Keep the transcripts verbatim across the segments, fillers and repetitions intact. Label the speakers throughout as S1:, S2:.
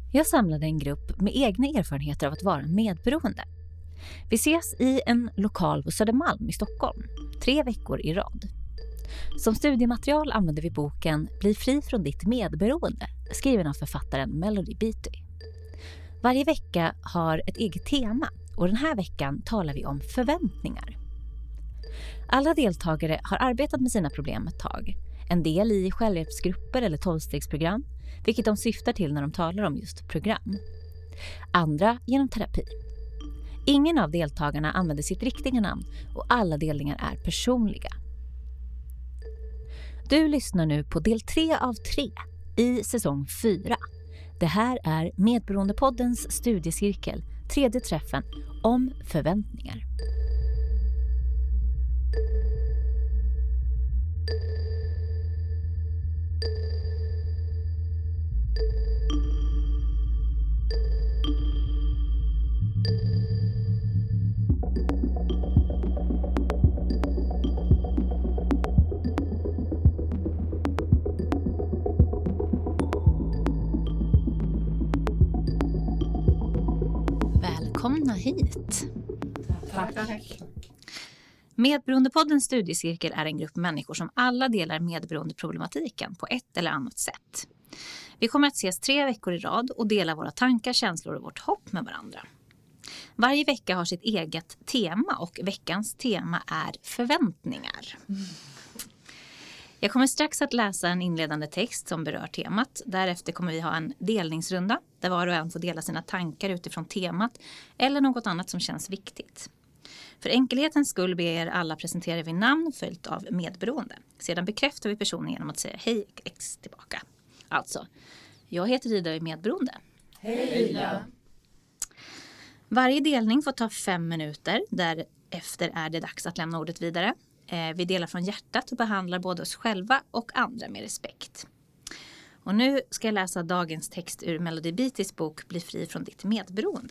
S1: Jag samlade en grupp med egna erfarenheter av att vara medberoende. Vi ses i en lokal på Södermalm i Stockholm, tre veckor i rad. Som studiematerial använder vi boken Bli fri från ditt medberoende, skriven av författaren Melody Beatty. Varje vecka har ett eget tema och den här veckan talar vi om förväntningar. Alla deltagare har arbetat med sina problem ett tag. En del i självhjälpsgrupper eller tolvstegsprogram, vilket de syftar till när de talar om just program. Andra genom terapi. Ingen av deltagarna använder sitt riktiga namn och alla delningar är personliga. Du lyssnar nu på del tre av tre i säsong fyra. Det här är Medberoendepoddens studiecirkel, tredje träffen om förväntningar. Välkomna hit.
S2: Tack, tack.
S1: Medberoendepoddens studiecirkel är en grupp människor som alla delar medberoendeproblematiken på ett eller annat sätt. Vi kommer att ses tre veckor i rad och dela våra tankar, känslor och vårt hopp med varandra. Varje vecka har sitt eget tema och veckans tema är förväntningar. Mm. Jag kommer strax att läsa en inledande text som berör temat. Därefter kommer vi ha en delningsrunda där var och en får dela sina tankar utifrån temat eller något annat som känns viktigt. För enkelhetens skull ber alla presentera vid namn följt av medberoende. Sedan bekräftar vi personen genom att säga hej X tillbaka. Alltså, jag heter Ida och är medberoende.
S2: Hej Ida!
S1: Varje delning får ta fem minuter. Därefter är det dags att lämna ordet vidare. Vi delar från hjärtat och behandlar både oss själva och andra med respekt. Och nu ska jag läsa dagens text ur Melody Beattys bok Bli fri från ditt medberoende.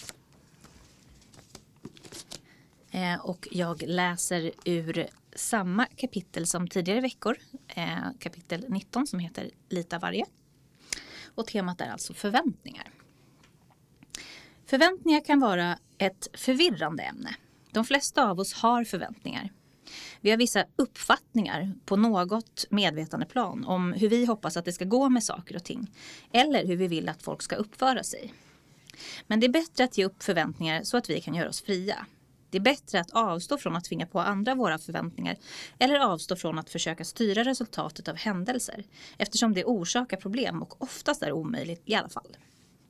S1: Och jag läser ur samma kapitel som tidigare veckor. Kapitel nitton som heter Lita varje. Och temat är alltså förväntningar. Förväntningar kan vara ett förvirrande ämne. De flesta av oss har förväntningar. Vi har vissa uppfattningar på något medvetandeplan om hur vi hoppas att det ska gå med saker och ting. Eller hur vi vill att folk ska uppföra sig. Men det är bättre att ge upp förväntningar så att vi kan göra oss fria. Det är bättre att avstå från att tvinga på andra våra förväntningar. Eller avstå från att försöka styra resultatet av händelser. Eftersom det orsakar problem och oftast är omöjligt i alla fall.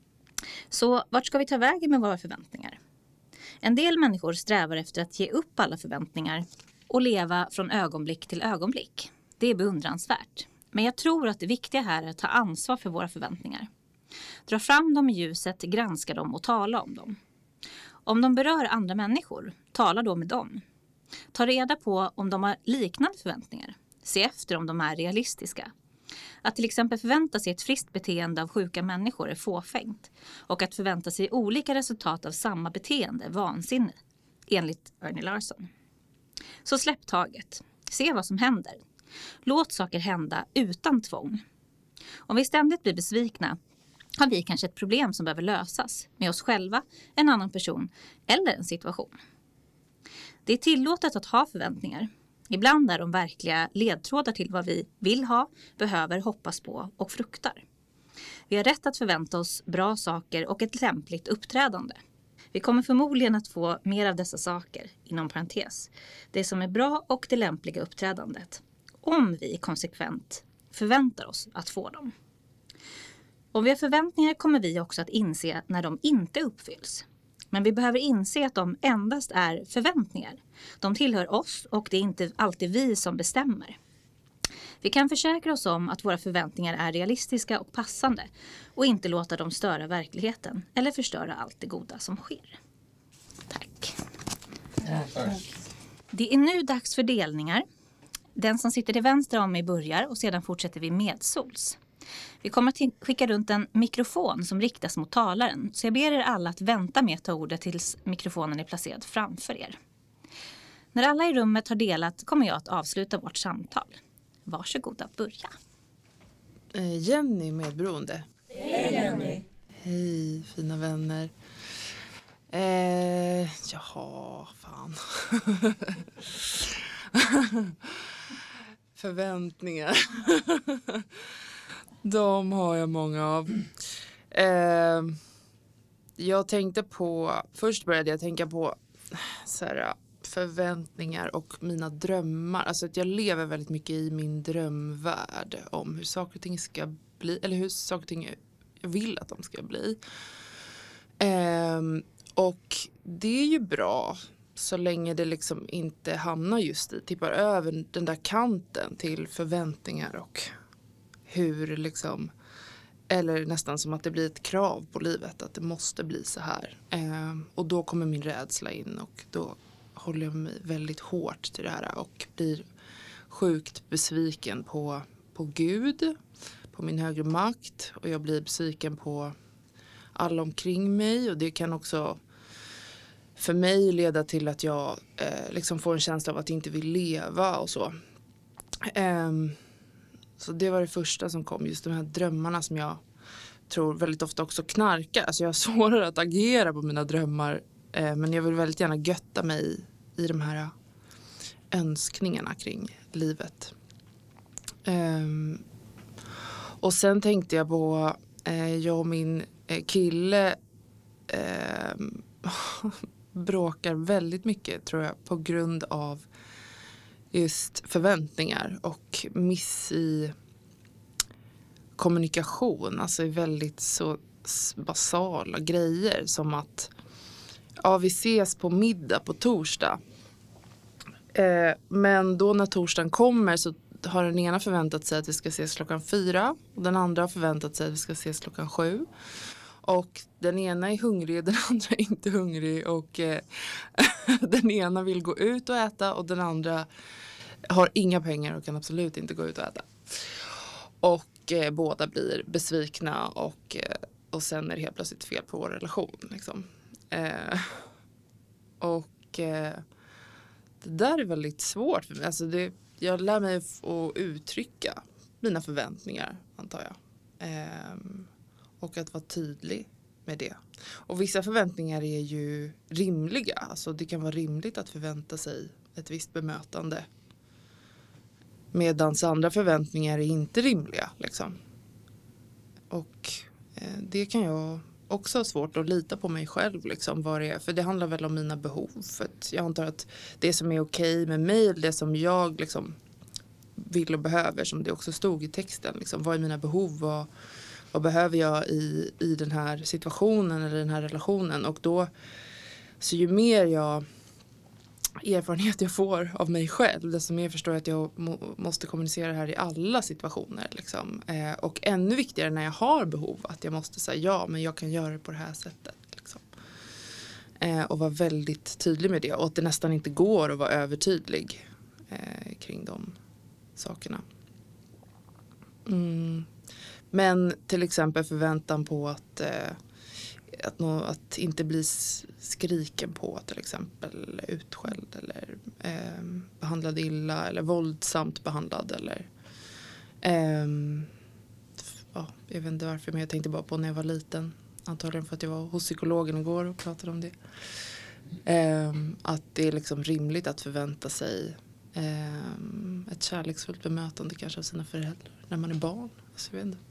S1: Så vart ska vi ta vägen med våra förväntningar? En del människor strävar efter att ge upp alla förväntningar och leva från ögonblick till ögonblick. Det är beundransvärt. Men jag tror att det viktiga här är att ta ansvar för våra förväntningar. Dra fram dem i ljuset, granska dem och tala om dem. Om de berör andra människor, tala då med dem. Ta reda på om de har liknande förväntningar. Se efter om de är realistiska. Att till exempel förvänta sig ett friskt beteende av sjuka människor är fåfängt. Och att förvänta sig olika resultat av samma beteende är vansinne, enligt Ernie Larson. Så släpp taget. Se vad som händer. Låt saker hända utan tvång. Om vi ständigt blir besvikna har vi kanske ett problem som behöver lösas med oss själva, en annan person eller en situation. Det är tillåtet att ha förväntningar. Ibland är de verkliga ledtrådar till vad vi vill ha, behöver, hoppas på och fruktar. Vi har rätt att förvänta oss bra saker och ett lämpligt uppträdande. Vi kommer förmodligen att få mer av dessa saker, inom parentes. Det som är bra och det lämpliga uppträdandet. Om vi konsekvent förväntar oss att få dem. Om vi har förväntningar kommer vi också att inse när de inte uppfylls. Men vi behöver inse att de endast är förväntningar. De tillhör oss och det är inte alltid vi som bestämmer. Vi kan försäkra oss om att våra förväntningar är realistiska och passande och inte låta dem störa verkligheten eller förstöra allt det goda som sker. Tack.
S2: Tack.
S1: Det är nu dags för delningar. Den som sitter till vänster om mig börjar och sedan fortsätter vi medsols. Vi kommer att skicka runt en mikrofon som riktas mot talaren. Så jag ber er alla att vänta med att ta ordet tills mikrofonen är placerad framför er. När alla i rummet har delat kommer jag att avsluta vårt samtal. Varsågoda, börja.
S3: Jenny medberoende.
S2: Hej Jenny.
S3: Hej, fina vänner. Eh, jaha, fan. Förväntningar. De har jag många av. Eh, jag tänkte på... Först började jag tänka på så här, förväntningar och mina drömmar. Alltså att jag lever väldigt mycket i min drömvärld om hur saker och ting ska bli. Eller hur saker och ting jag vill att de ska bli. Eh, och det är ju bra så länge det liksom inte hamnar just i, tippar över den där kanten till förväntningar och hur liksom, eller nästan som att det blir ett krav på livet att det måste bli så här. Eh, och då kommer min rädsla in och då håller jag mig väldigt hårt till det här och blir sjukt besviken på, på Gud, på min högre makt, och jag blir besviken på alla omkring mig, och det kan också för mig leda till att jag eh, liksom får en känsla av att jag inte vill leva och så. Eh, så det var det första som kom, just de här drömmarna som jag tror väldigt ofta också knarkar. Alltså jag har svårare att agera på mina drömmar, eh, men jag vill väldigt gärna götta mig i de här önskningarna kring livet. Eh, och sen tänkte jag på eh, jag och min eh, kille eh, bråkar väldigt mycket, tror jag, på grund av just förväntningar och miss i kommunikation. Alltså i väldigt så basala grejer som att ja, vi ses på middag på torsdag. Eh, men då när torsdagen kommer så har den ena förväntat sig att vi ska ses klockan fyra och den andra har förväntat sig att vi ska ses klockan sju. Och den ena är hungrig, den andra är inte hungrig, och eh, den ena vill gå ut och äta och den andra har inga pengar och kan absolut inte gå ut och äta. Och eh, båda blir besvikna och, eh, och sen är det helt plötsligt fel på vår relation. Liksom. Eh, och eh, det där är väldigt svårt för mig. Alltså det, jag lär mig att uttrycka mina förväntningar, antar jag. Eh, Och att vara tydlig med det. Och vissa förväntningar är ju rimliga. Alltså det kan vara rimligt att förvänta sig ett visst bemötande. Medans andra förväntningar är inte rimliga. Liksom. Och eh, det kan jag också ha svårt att lita på mig själv. Liksom, vad det är. För det handlar väl om mina behov. För att jag antar att det som är okej med mig, det som jag liksom vill och behöver, som det också stod i texten. Liksom, vad är mina behov? Vad Vad behöver jag i, i den här situationen eller den här relationen? Och då, så ju mer jag erfarenhet jag får av mig själv, desto mer förstår jag att jag må, måste kommunicera det här i alla situationer. Liksom. Eh, och ännu viktigare när jag har behov, att jag måste säga ja, men jag kan göra det på det här sättet. Liksom. Eh, och vara väldigt tydlig med det. Och att det nästan inte går att vara övertydlig eh, kring de sakerna. Mm. Men till exempel förväntan på att, eh, att, nå, att inte bli skriken på, till exempel utskälld eller eh, behandlad illa eller våldsamt behandlad. Eller, eh, ja, jag vet inte varför, men jag tänkte bara på när jag var liten. Antagligen för att jag var hos psykologen igår och pratade om det. Eh, att det är liksom rimligt att förvänta sig eh, ett kärleksfullt bemötande kanske av sina föräldrar när man är barn. Alltså, jag vet inte.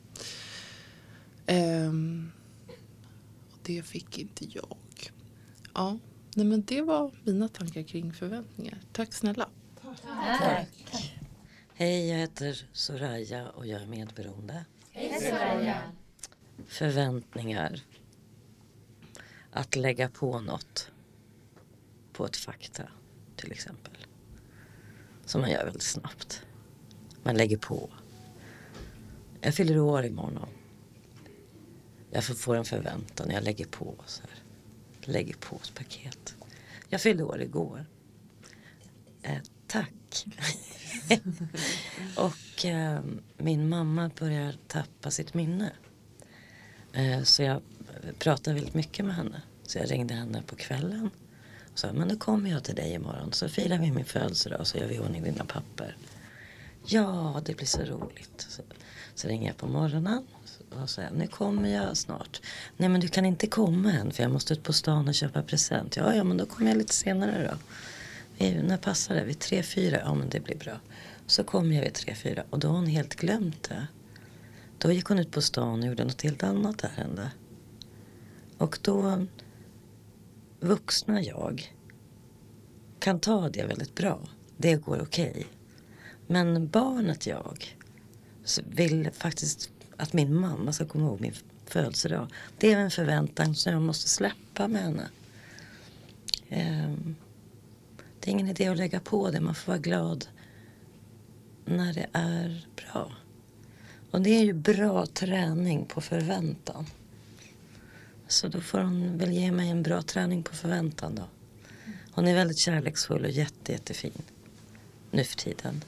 S3: Um, och det fick inte jag. Ja, nej, men det var mina tankar kring förväntningar. Tack snälla.
S2: Tack.
S4: Hej, jag heter Soraya och jag är medberoende.
S2: Hej Soraya.
S4: Förväntningar. Att lägga på något på ett fakta, till exempel. Som man gör väldigt snabbt. Man lägger på. Jag fyller år imorgon. Jag får en förväntan. Jag lägger på så här. Lägger på ett paket. Jag fyllde år igår. Eh, tack. och eh, min mamma börjar tappa sitt minne. Eh, så jag pratade väldigt mycket med henne. Så jag ringde henne på kvällen. Och sa, men då kommer jag till dig imorgon. Så firar vi min födelsedag och så gör vi ordning dina papper. Ja, det blir så roligt. Så, så ringer jag på morgonen och säger, nu kommer jag snart. Nej, men du kan inte komma än för jag måste ut på stan och köpa present. Ja, ja, men då kommer jag lite senare då. Vi, när passar det? Vid tre, fyra? Ja, men det blir bra. Så kommer jag vid tre, fyra och då har hon helt glömt det. Då gick hon ut på stan och gjorde något helt annat ärende. Och då, vuxna jag kan ta det väldigt bra. Det går okej. Okay. Men barnet jag vill faktiskt att min mamma ska komma ihåg min födelsedag. Det är en förväntan som jag måste släppa med henne. Det är ingen idé att lägga på det. Man får vara glad när det är bra. Och det är ju bra träning på förväntan. Så då får hon väl ge mig en bra träning på förväntan då. Hon är väldigt kärleksfull och jätte, jättefin nu för tiden.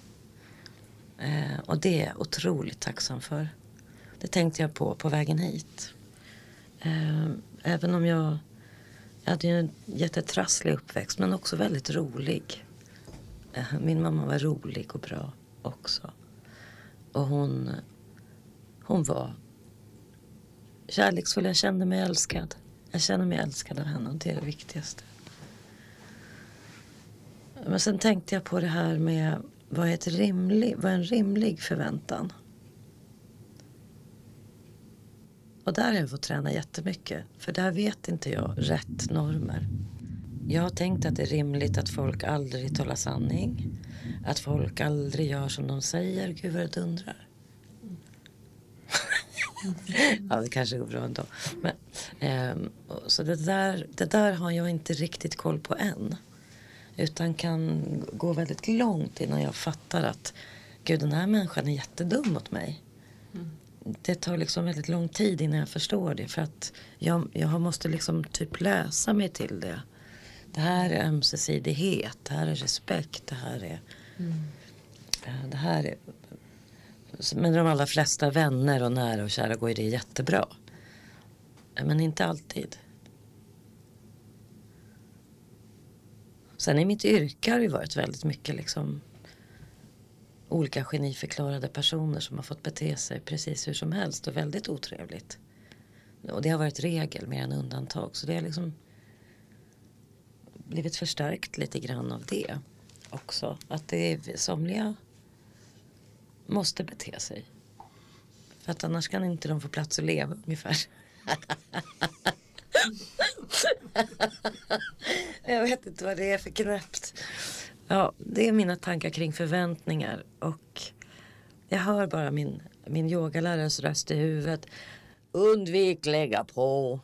S4: Eh, och det är jag otroligt tacksam för. Det tänkte jag på på vägen hit. Eh, även om jag, jag hade ju en jättetrasslig uppväxt men också väldigt rolig. Eh, min mamma var rolig och bra också. Och hon, hon var kärleksfull. Jag kände mig älskad. Jag känner mig älskad av henne och det är det viktigaste. Men sen tänkte jag på det här med vad är, ett rimlig, vad är en rimlig förväntan? Och där har jag fått träna jättemycket. För där vet inte jag rätt normer. Jag har tänkt att det är rimligt att folk aldrig talar sanning. Att folk aldrig gör som de säger. Gud vad det dundrar. Ja, det kanske går bra ändå. Men, eh, så det där, det där har jag inte riktigt koll på än. Utan kan gå väldigt långt innan jag fattar att gud, den här människan är jättedum mot mig. Mm. Det tar liksom väldigt lång tid innan jag förstår det. För att jag, jag måste liksom typ läsa mig till det. Det här är ömsesidighet, det här är respekt, det här är... Mm. Det här är... Men de allra flesta vänner och nära och kära går det jättebra. Men inte alltid. Sen i mitt yrke har det varit väldigt mycket liksom olika geniförklarade personer som har fått bete sig precis hur som helst och väldigt otrevligt. Och det har varit regel mer än undantag. Så det har liksom blivit förstärkt lite grann av det också. Att det är somliga måste bete sig. För att annars kan inte de få plats att leva ungefär. Jag vet inte vad det är för knäppt. Ja, det är mina tankar kring förväntningar. Och jag hör bara min, min yogalärares röst i huvudet. Undvik lägga på.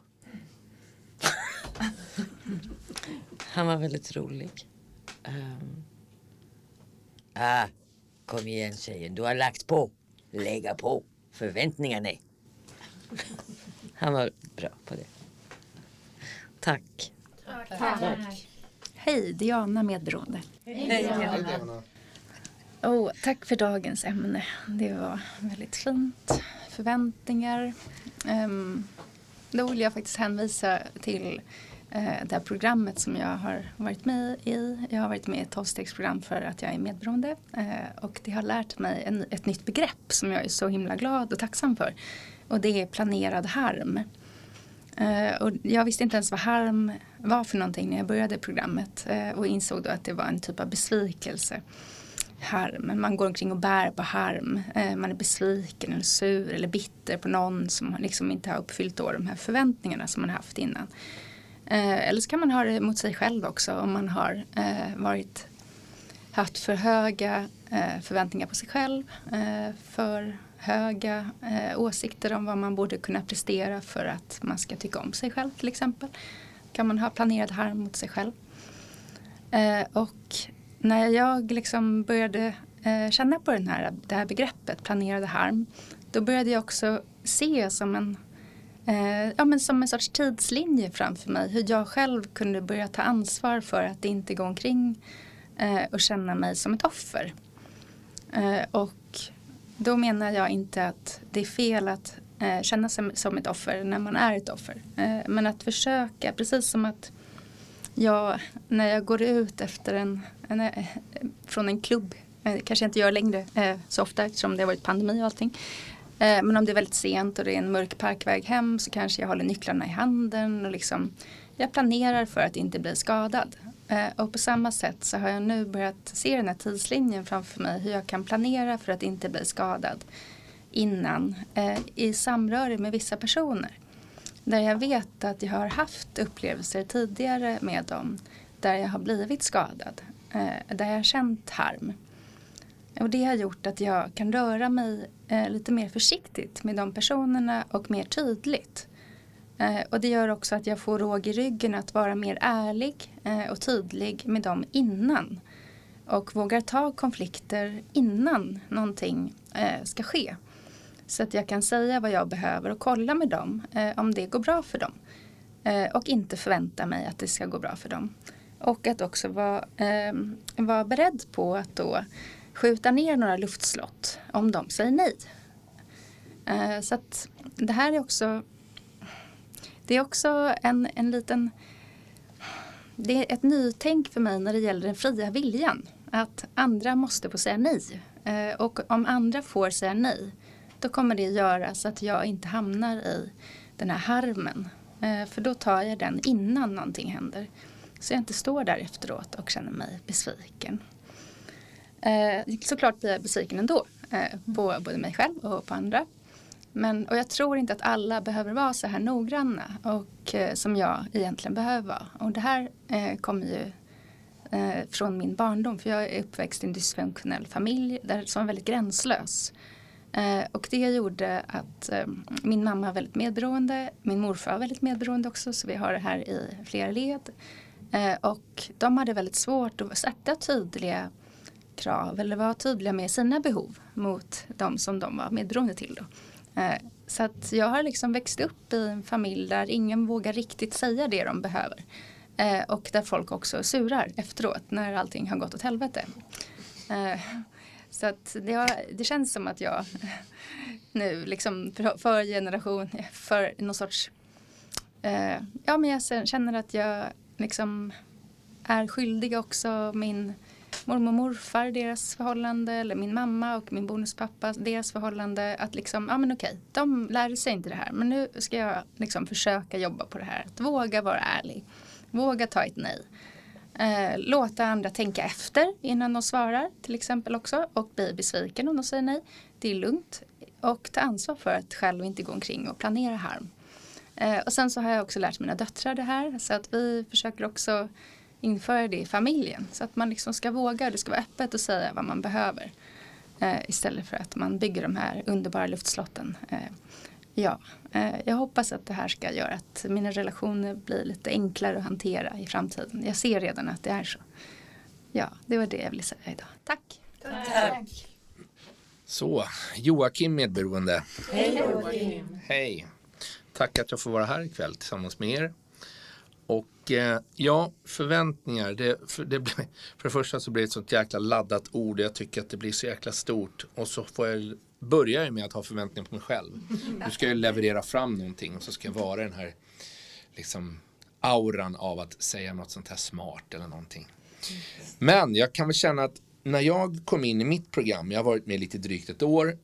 S4: Han var väldigt rolig. Um. Ah, kom igen tjejen. Du har lagt på. Lägga på. Förväntningarna. Han var bra på det. Tack.
S2: Tack. Tack.
S5: Hej, Diana medberoende.
S2: Hej Diana.
S5: Oh, tack för dagens ämne. Det var väldigt fint. Förväntningar. Um, då vill jag faktiskt hänvisa till uh, det här programmet som jag har varit med i. Jag har varit med i ett tolvstegsprogram för att jag är medberoende. Uh, och det har lärt mig en, ett nytt begrepp som jag är så himla glad och tacksam för. Och det är planerad harm. Uh, och jag visste inte ens vad harm var för någonting när jag började programmet. Uh, och insåg då att det var en typ av besvikelse. Harm. Man går omkring och bär på harm. Uh, man är besviken eller sur eller bitter på någon som liksom inte har uppfyllt då de här förväntningarna som man haft innan. Uh, eller så kan man ha det mot sig själv också om man har uh, varit haft för höga uh, förväntningar på sig själv. Uh, för höga eh, åsikter om vad man borde kunna prestera för att man ska tycka om sig själv till exempel. Kan man ha planerad harm mot sig själv. Eh, och när jag liksom började eh, känna på den här, det här begreppet planerad harm, då började jag också se som en, eh, ja, men som en sorts tidslinje framför mig. Hur jag själv kunde börja ta ansvar för att inte gå omkring eh, och känna mig som ett offer. Eh, och då menar jag inte att det är fel att eh, känna sig som ett offer när man är ett offer. Eh, men att försöka, precis som att jag, när jag går ut efter en, en, från en klubb Eh, kanske jag inte gör längre eh, så ofta eftersom det har varit pandemi och allting. Eh, men om det är väldigt sent och det är en mörk parkväg hem så kanske jag håller nycklarna i handen och liksom jag planerar för att inte bli skadad. Eh, och på samma sätt så har jag nu börjat se den här tidslinjen framför mig hur jag kan planera för att inte bli skadad innan eh, i samröre med vissa personer. Där jag vet att jag har haft upplevelser tidigare med dem där jag har blivit skadad. Eh, där jag har känt harm. Och det har gjort att jag kan röra mig eh, lite mer försiktigt med de personerna och mer tydligt. Eh, och det gör också att jag får råg i ryggen att vara mer ärlig eh, och tydlig med dem innan. Och vågar ta konflikter innan någonting eh, ska ske. Så att jag kan säga vad jag behöver och kolla med dem eh, om det går bra för dem. Eh, och inte förvänta mig att det ska gå bra för dem. Och att också vara, eh, vara beredd på att då skjuta ner några luftslott om de säger nej. Eh, så att det här är också, det är också en, en liten, det är ett nytänk för mig när det gäller den fria viljan. Att andra måste få säga nej. Eh, och om andra får säga nej, då kommer det göra så att jag inte hamnar i den här harmen. Eh, för då tar jag den innan någonting händer. Så jag inte står där efteråt och känner mig besviken. Eh, såklart blir jag besviken ändå. Eh, på både mig själv och på andra. Men, och jag tror inte att alla behöver vara så här noggranna. Och, eh, som jag egentligen behöver vara. Och det här eh, kommer ju eh, från min barndom. För jag är uppväxt i en dysfunktionell familj där, som är väldigt gränslös. Eh, och det gjorde att eh, min mamma var väldigt medberoende. Min morfar var väldigt medberoende också. Så vi har det här i flera led. Eh, och de hade väldigt svårt att sätta tydliga krav. Eller vara tydliga med sina behov mot de som de var medberoende till då. Eh, så att jag har liksom växt upp i en familj där ingen vågar riktigt säga det de behöver. Eh, och där folk också surar efteråt när allting har gått åt helvete. Eh, Så att det, har, det känns som att jag nu liksom för, för generation, för någon sorts, eh, ja men jag känner att jag liksom är skyldig också min mormor och morfar, deras förhållande, eller min mamma och min bonuspappa, deras förhållande, att liksom, ja men okej, de lärde sig inte det här, men nu ska jag liksom försöka jobba på det här, att våga vara ärlig, våga ta ett nej. Eh, låta andra tänka efter innan de svarar till exempel också och bli besviken om de säger nej. Det är lugnt och ta ansvar för att själv inte gå omkring och planera harm. Eh, och sen så har jag också lärt mina döttrar det här så att vi försöker också införa det i familjen så att man liksom ska våga, det ska vara öppet och säga vad man behöver eh, istället för att man bygger de här underbara luftslotten. Eh, Ja, eh, jag hoppas att det här ska göra att mina relationer blir lite enklare att hantera i framtiden. Jag ser redan att det är så. Ja, det var det jag ville säga idag. Tack!
S2: Tack.
S6: Så, Joakim medberoende.
S2: Hej Joakim.
S6: Hej. Tack att jag får vara här ikväll tillsammans med er. Och eh, ja, förväntningar. Det, för, det blir, för det första så blir det ett sånt jäkla laddat ord. Jag tycker att det blir så jäkla stort. Och så får jag börja med att ha förväntningar på mig själv. Nu ska jag leverera fram någonting och så ska jag vara den här liksom auran av att säga något sånt här smart eller någonting. Men jag kan väl känna att när jag kom in i mitt program, jag har varit med lite drygt ett år,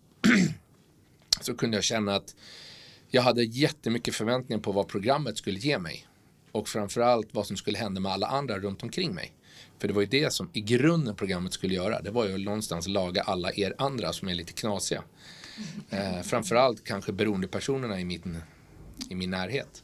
S6: så kunde jag känna att jag hade jättemycket förväntningar på vad programmet skulle ge mig. Och framförallt vad som skulle hända med alla andra runt omkring mig. För det var ju det som i grunden programmet skulle göra. Det var ju någonstans laga alla er andra som är lite knasiga. Eh, framförallt kanske beroendepersonerna i min, i min närhet.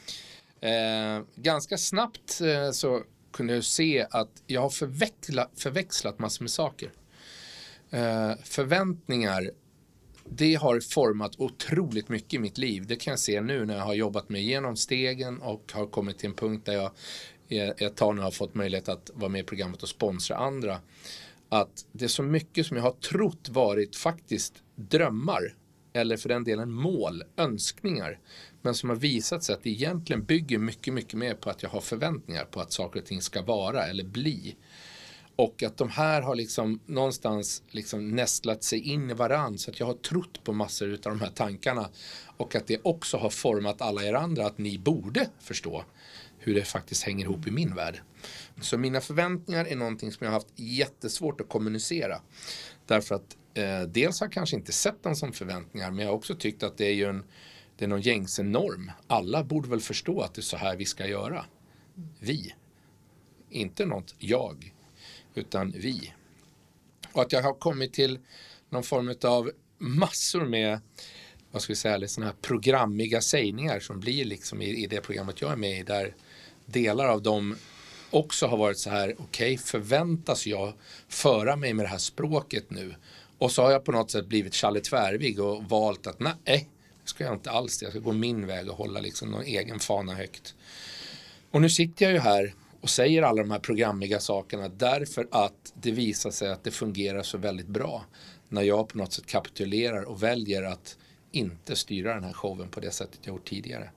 S6: Eh, ganska snabbt eh, så kunde jag se att jag har förväxla, förväxlat massor med saker. Eh, förväntningar, det har format otroligt mycket i mitt liv. Det kan jag se nu när jag har jobbat mig igenom stegen och har kommit till en punkt där jag ett tag nu har fått möjlighet att vara med i programmet och sponsra andra. Att det är så mycket som jag har trott varit faktiskt drömmar eller för den delen mål, önskningar, men som har visat sig att det egentligen bygger mycket, mycket mer på att jag har förväntningar på att saker och ting ska vara eller bli. Och att de här har liksom någonstans liksom nästlat sig in i varann, så att jag har trott på massor av de här tankarna. Och att det också har format alla er andra att ni borde förstå hur det faktiskt hänger ihop i min värld. Så mina förväntningar är någonting som jag har haft jättesvårt att kommunicera. Därför att eh, dels har jag kanske inte sett dem som förväntningar, men jag har också tyckt att det är ju en, det är någon gängse norm. Alla borde väl förstå att det är så här vi ska göra. Vi. Inte något jag, utan vi. Och att jag har kommit till någon form av massor med, vad ska vi säga, sådana här programmiga sägningar som blir liksom i, i det programmet jag är med i, där delar av dem också har varit så här: okej, okay, förväntas jag föra mig med det här språket nu? Och så har jag på något sätt blivit Challe Tvärvig och valt att nej, det ska jag inte alls det. Jag ska gå min väg och hålla liksom någon egen fana högt. Och nu sitter jag ju här och säger alla de här programmiga sakerna därför att det visar sig att det fungerar så väldigt bra när jag på något sätt kapitulerar och väljer att inte styra den här showen på det sättet jag gjort tidigare.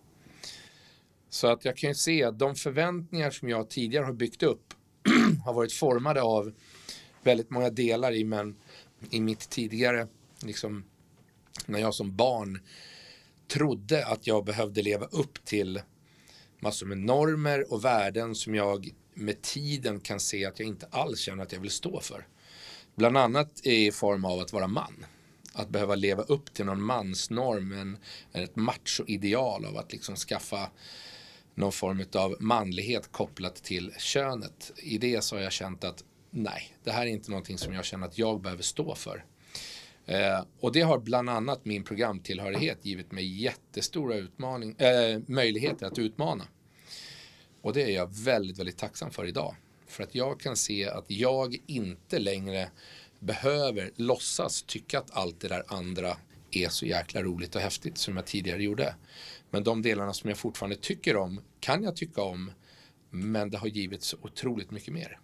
S6: Så att jag kan ju se att de förväntningar som jag tidigare har byggt upp har varit formade av väldigt många delar i, men i mitt tidigare, liksom, när jag som barn trodde att jag behövde leva upp till massor med normer och värden som jag med tiden kan se att jag inte alls känner att jag vill stå för. Bland annat i form av att vara man. Att behöva leva upp till någon mansnorm, en, ett machoideal av att liksom skaffa någon form av manlighet kopplat till könet. I det så har jag känt att nej, det här är inte någonting som jag känner att jag behöver stå för. Eh, och det har bland annat min programtillhörighet givit mig jättestora utmaning, eh, möjligheter att utmana. Och det är jag väldigt, väldigt tacksam för idag. För att jag kan se att jag inte längre behöver låtsas tycka att allt det där andra är så jäkla roligt och häftigt som jag tidigare gjorde. Men de delarna som jag fortfarande tycker om kan jag tycka om, men det har givit så otroligt mycket mer.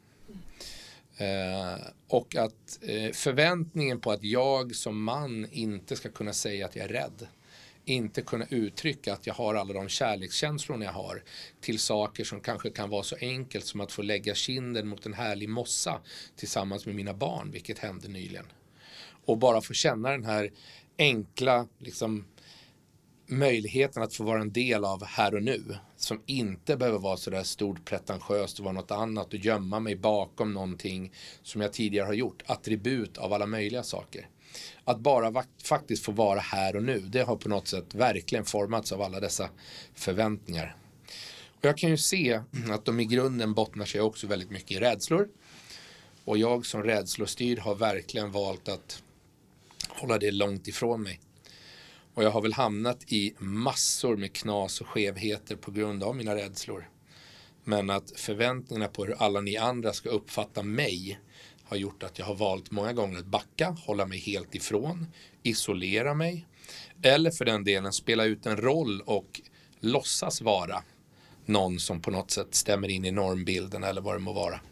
S6: Eh, och att eh, förväntningen på att jag som man inte ska kunna säga att jag är rädd, inte kunna uttrycka att jag har alla de kärlekskänslor jag har till saker som kanske kan vara så enkelt som att få lägga kinden mot en härlig mossa tillsammans med mina barn, vilket hände nyligen. Och bara få känna den här enkla liksom, möjligheten att få vara en del av här och nu, som inte behöver vara så där stort pretentiöst och vara något annat och gömma mig bakom någonting som jag tidigare har gjort, attribut av alla möjliga saker. Att bara va- faktiskt få vara här och nu, det har på något sätt verkligen formats av alla dessa förväntningar. Och jag kan ju se att de i grunden bottnar sig också väldigt mycket i rädslor. Och jag som rädslostyrd har verkligen valt att hålla det långt ifrån mig. Och jag har väl hamnat i massor med knas och skevheter på grund av mina rädslor. Men att förväntningarna på hur alla ni andra ska uppfatta mig har gjort att jag har valt många gånger att backa, hålla mig helt ifrån, isolera mig. Eller för den delen spela ut en roll och låtsas vara någon som på något sätt stämmer in i normbilden eller vad det må vara.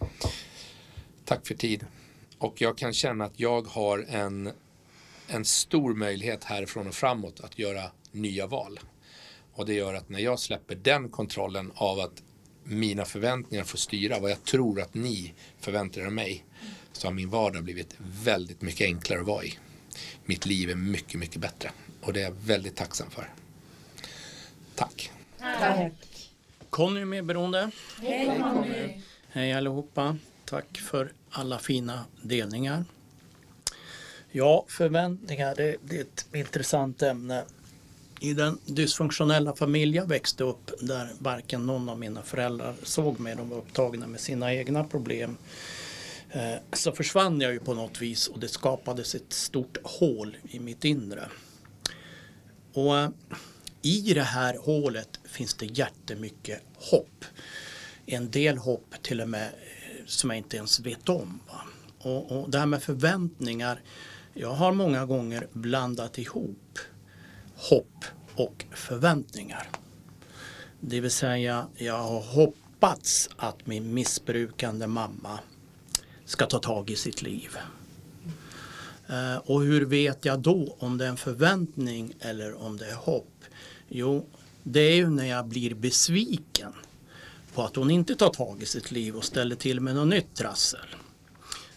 S6: Tack för tid. Och jag kan känna att jag har en, en stor möjlighet härifrån och framåt att göra nya val. Och det gör att när jag släpper den kontrollen av att mina förväntningar får styra vad jag tror att ni förväntar er av mig, så har min vardag blivit väldigt mycket enklare att vara i. Mitt liv är mycket, mycket bättre. Och det är jag väldigt tacksam för. Tack.
S2: Tack.
S7: Conny medberoende.
S2: Hej Conny.
S7: Hej allihopa. Tack för alla fina delningar. Ja, förväntningar, det, det är ett intressant ämne. I den dysfunktionella familj jag växte upp, där varken någon av mina föräldrar såg mig, de var upptagna med sina egna problem, eh, så försvann jag ju på något vis och det skapades ett stort hål i mitt inre. Och eh, i det här hålet finns det jättemycket hopp. En del hopp till och med som jag inte ens vet om. Va? Och, och det här med förväntningar, jag har många gånger blandat ihop hopp och förväntningar. Det vill säga, jag har hoppats att min missbrukande mamma ska ta tag i sitt liv. Uh, och hur vet jag då om det är en förväntning eller om det är hopp? Jo, det är ju när jag blir besviken på att hon inte tar tag i sitt liv och ställer till med något nytt trassel.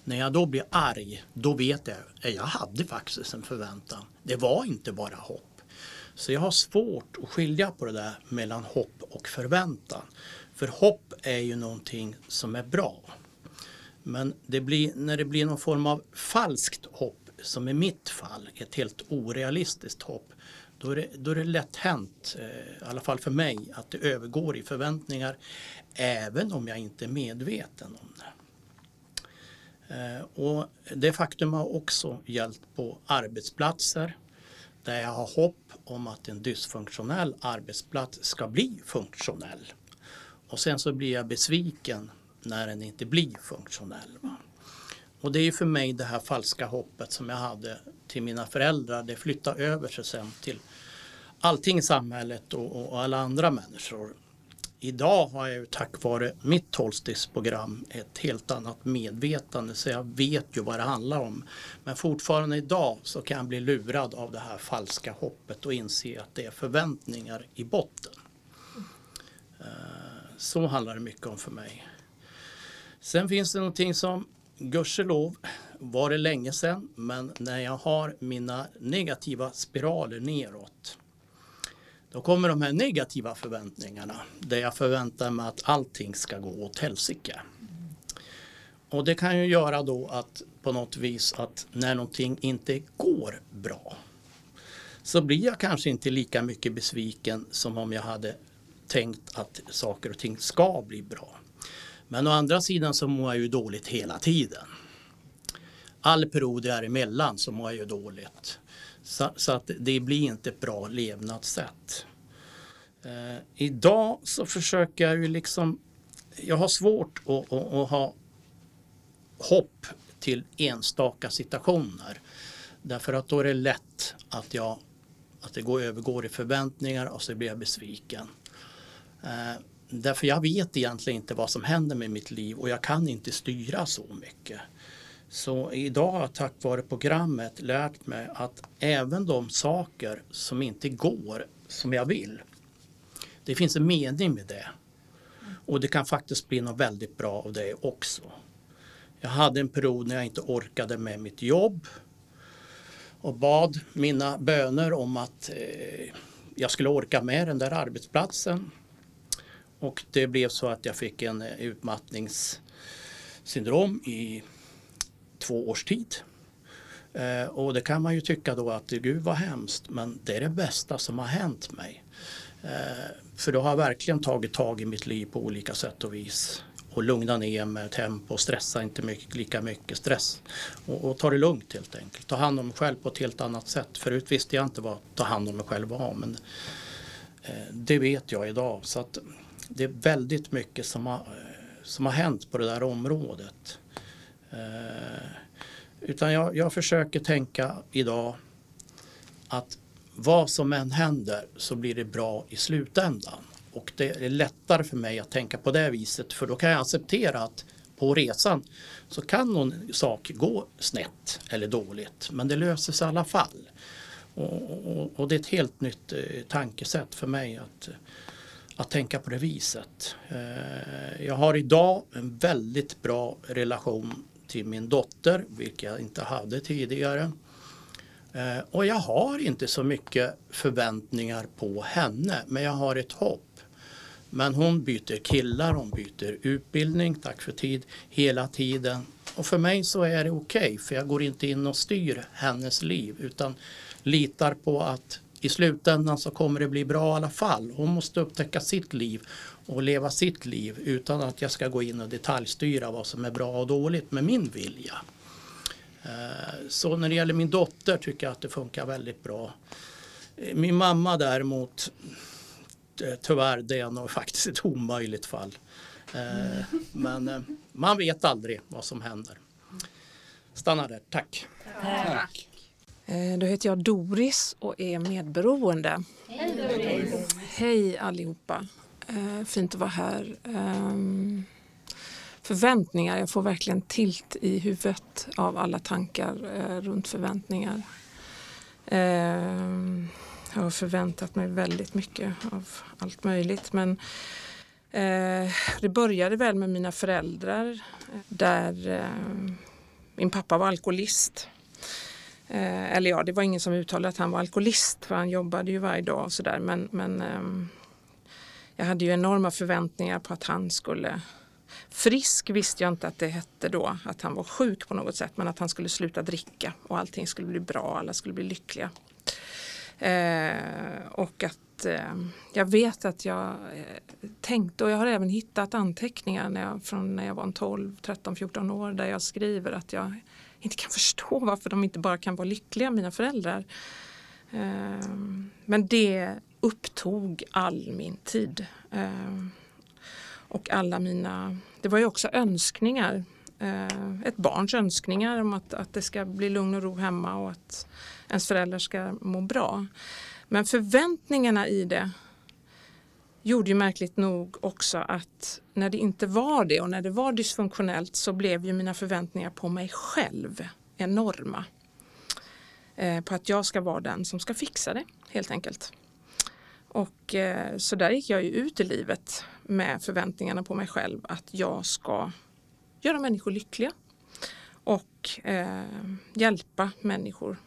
S7: När jag då blir arg, då vet jag att jag hade faktiskt en förväntan. Det var inte bara hopp. Så jag har svårt att skilja på det där mellan hopp och förväntan. För hopp är ju någonting som är bra. Men det blir, när det blir någon form av falskt hopp, som i mitt fall, ett helt orealistiskt hopp, då är det, då är det lätt hänt, eh, i alla fall för mig, att det övergår i förväntningar, även om jag inte är medveten om det. Eh, och det faktum har också gällt på arbetsplatser, där jag har hopp om att en dysfunktionell arbetsplats ska bli funktionell. Och sen så blir jag besviken när den inte blir funktionell. Va? Och det är ju för mig det här falska hoppet som jag hade till mina föräldrar. Det flyttar över sig sen till allting i samhället och, och alla andra människor. Idag har jag ju tack vare mitt tolvstegsprogram ett helt annat medvetande, så jag vet ju vad det handlar om. Men fortfarande idag så kan jag bli lurad av det här falska hoppet och inse att det är förväntningar i botten. Så handlar det mycket om för mig. Sen finns det någonting som, gudskelov, var det länge sedan, men när jag har mina negativa spiraler neråt, då kommer de här negativa förväntningarna, där jag förväntar mig att allting ska gå åt helsike. Och det kan ju göra då att på något vis att när någonting inte går bra, så blir jag kanske inte lika mycket besviken som om jag hade tänkt att saker och ting ska bli bra. Men å andra sidan så mår jag ju dåligt hela tiden. All period däremellan så mår jag ju dåligt. Så, så att det blir inte ett bra levnadssätt. Eh, idag så försöker jag ju liksom, jag har svårt att, att, att ha hopp till enstaka situationer. Därför att då är det lätt att, jag, att det går övergår i förväntningar och så blir jag besviken. Eh, därför jag vet egentligen inte vad som händer med mitt liv och jag kan inte styra så mycket. Så idag har jag tack vare programmet lärt mig att även de saker som inte går som jag vill, det finns en mening med det. Och det kan faktiskt bli något väldigt bra av det också. Jag hade en period när jag inte orkade med mitt jobb och bad mina böner om att eh, jag skulle orka med den där arbetsplatsen. Och det blev så att jag fick en utmattningssyndrom i två års tid. Eh, och det kan man ju tycka då att gud vad hemskt, men det är det bästa som har hänt mig. Eh, för då har jag verkligen tagit tag i mitt liv på olika sätt och vis. Och lugna ner med tempo, stressa inte mycket, lika mycket stress. Och, och ta det lugnt helt enkelt. Ta hand om mig själv på ett helt annat sätt. Förut visste jag inte vad ta hand om mig själv var, men eh, det vet jag idag. Så att det är väldigt mycket som har, som har hänt på det där området. Eh, utan jag, jag försöker tänka idag att vad som än händer så blir det bra i slutändan. Och det är lättare för mig att tänka på det viset, för då kan jag acceptera att på resan så kan någon sak gå snett eller dåligt, men det löser sig i alla fall. Och, och, och det är ett helt nytt eh, tankesätt för mig att, att tänka på det viset. Eh, jag har idag en väldigt bra relation till min dotter, vilket jag inte hade tidigare. Eh, och jag har inte så mycket förväntningar på henne, men jag har ett hopp. Men hon byter killar, hon byter utbildning, tack för tid, hela tiden. Och för mig så är det okej, okay, för jag går inte in och styr hennes liv, utan litar på att i slutändan så kommer det bli bra i alla fall. Hon måste upptäcka sitt liv och leva sitt liv utan att jag ska gå in och detaljstyra vad som är bra och dåligt med min vilja. Så när det gäller min dotter tycker jag att det funkar väldigt bra. Min mamma däremot, tyvärr, det är nog faktiskt ett omöjligt fall. Men man vet aldrig vad som händer. Stanna där, tack.
S2: Tack.
S8: Då heter jag Doris och är medberoende.
S2: Hej Doris.
S8: Hej allihopa. Fint att vara här. Förväntningar, jag får verkligen tilt i huvudet av alla tankar runt förväntningar. Jag har förväntat mig väldigt mycket av allt möjligt, men det började väl med mina föräldrar där min pappa var alkoholist. Eh, eller ja, det var ingen som uttalade att han var alkoholist för han jobbade ju varje dag och sådär. Men, men eh, jag hade ju enorma förväntningar på att han skulle... Frisk visste jag inte att det hette då, att han var sjuk på något sätt, men att han skulle sluta dricka och allting skulle bli bra, alla skulle bli lyckliga. Eh, och att eh, jag vet att jag eh, tänkte, och jag har även hittat anteckningar när jag, från när jag var tolv, tretton, fjorton år där jag skriver att jag inte kan förstå varför de inte bara kan vara lyckliga, mina föräldrar. Eh, men det upptog all min tid. Eh, och alla mina, det var ju också önskningar, eh, ett barns önskningar om att, att det ska bli lugn och ro hemma och att ens föräldrar ska må bra. Men förväntningarna i det gjorde ju märkligt nog också att när det inte var det och när det var dysfunktionellt så blev ju mina förväntningar på mig själv enorma. Eh, på att jag ska vara den som ska fixa det, helt enkelt. Och eh, så där gick jag ju ut i livet med förväntningarna på mig själv att jag ska göra människor lyckliga och eh, hjälpa människor.